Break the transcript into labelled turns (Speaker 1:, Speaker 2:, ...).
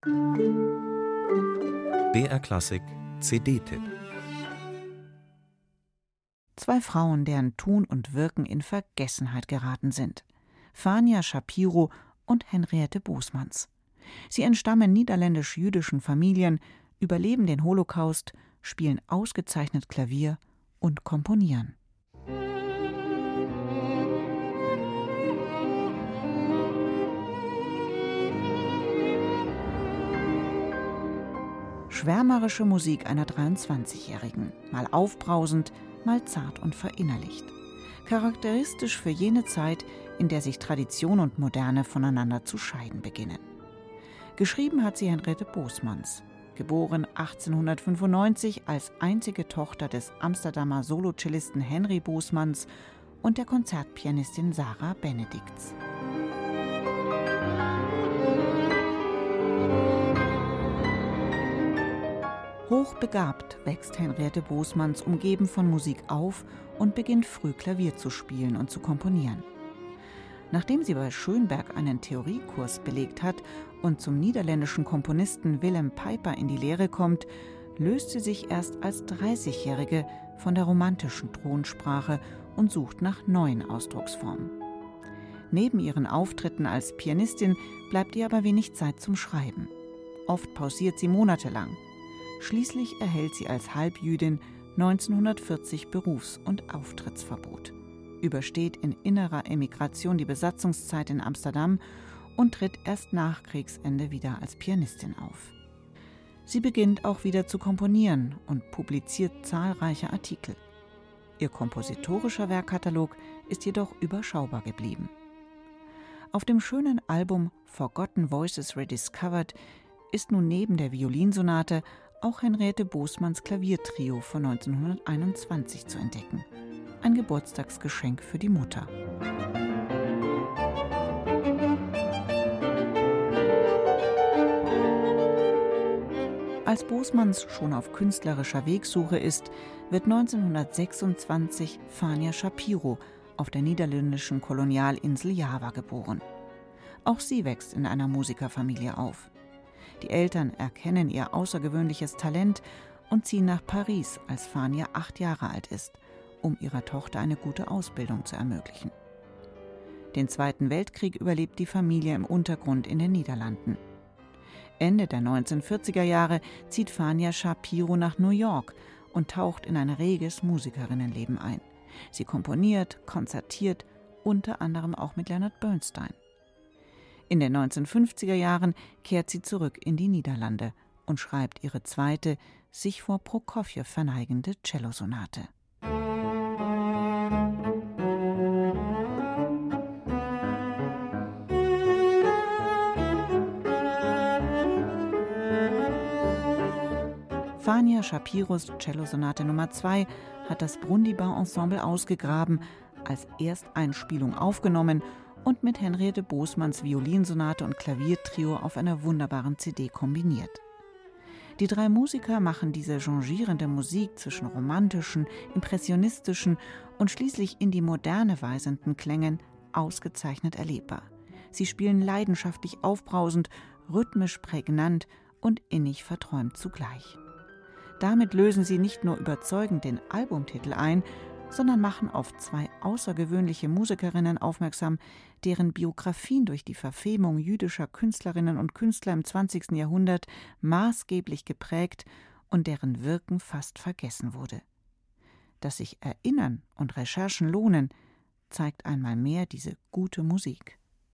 Speaker 1: BR Klassik CD-Tipp.
Speaker 2: Zwei Frauen, deren Tun und Wirken in Vergessenheit geraten sind. Fania Shapiro und Henriette Bosmans. Sie entstammen niederländisch-jüdischen Familien, überleben den Holocaust, spielen ausgezeichnet Klavier und komponieren. Schwärmerische Musik einer 23-Jährigen, mal aufbrausend, mal zart und verinnerlicht. Charakteristisch für jene Zeit, in der sich Tradition und Moderne voneinander zu scheiden beginnen. Geschrieben hat sie Henriette Bosmans, geboren 1895 als einzige Tochter des Amsterdamer Solocellisten Henry Bosmans und der Konzertpianistin Sarah Benedicts. Hochbegabt wächst Henriette Bosmans umgeben von Musik auf und beginnt früh Klavier zu spielen und zu komponieren. Nachdem sie bei Schönberg einen Theoriekurs belegt hat und zum niederländischen Komponisten Willem Pijper in die Lehre kommt, löst sie sich erst als 30-Jährige von der romantischen Thronsprache und sucht nach neuen Ausdrucksformen. Neben ihren Auftritten als Pianistin bleibt ihr aber wenig Zeit zum Schreiben. Oft pausiert sie monatelang. Schließlich erhält sie als Halbjüdin 1940 Berufs- und Auftrittsverbot, übersteht in innerer Emigration die Besatzungszeit in Amsterdam und tritt erst nach Kriegsende wieder als Pianistin auf. Sie beginnt auch wieder zu komponieren und publiziert zahlreiche Artikel. Ihr kompositorischer Werkkatalog ist jedoch überschaubar geblieben. Auf dem schönen Album Forgotten Voices Rediscovered ist nun neben der Violinsonate auch Henriette Bosmans Klaviertrio von 1921 zu entdecken. Ein Geburtstagsgeschenk für die Mutter. Als Bosmans schon auf künstlerischer Wegsuche ist, wird 1926 Fania Shapiro auf der niederländischen Kolonialinsel Java geboren. Auch sie wächst in einer Musikerfamilie auf. Die Eltern erkennen ihr außergewöhnliches Talent und ziehen nach Paris, als Fania 8 Jahre alt ist, um ihrer Tochter eine gute Ausbildung zu ermöglichen. Den Zweiten Weltkrieg überlebt die Familie im Untergrund in den Niederlanden. Ende der 1940er Jahre zieht Fania Shapiro nach New York und taucht in ein reges Musikerinnenleben ein. Sie komponiert, konzertiert, unter anderem auch mit Leonard Bernstein. In den 1950er Jahren kehrt sie zurück in die Niederlande und schreibt ihre zweite, sich vor Prokofjew verneigende Cellosonate. Fania Shapiros Cellosonate Nummer 2 hat das Brundibár Ensemble ausgegraben, als Ersteinspielung aufgenommen und mit Henriette Bosmans Violinsonate und Klaviertrio auf einer wunderbaren CD kombiniert. Die drei Musiker machen diese changierende Musik zwischen romantischen, impressionistischen und schließlich in die Moderne weisenden Klängen ausgezeichnet erlebbar. Sie spielen leidenschaftlich aufbrausend, rhythmisch prägnant und innig verträumt zugleich. Damit lösen sie nicht nur überzeugend den Albumtitel ein, sondern machen auf zwei außergewöhnliche Musikerinnen aufmerksam, deren Biografien durch die Verfemung jüdischer Künstlerinnen und Künstler im 20. Jahrhundert maßgeblich geprägt und deren Wirken fast vergessen wurde. Dass sich Erinnern und Recherchen lohnen, zeigt einmal mehr diese gute Musik.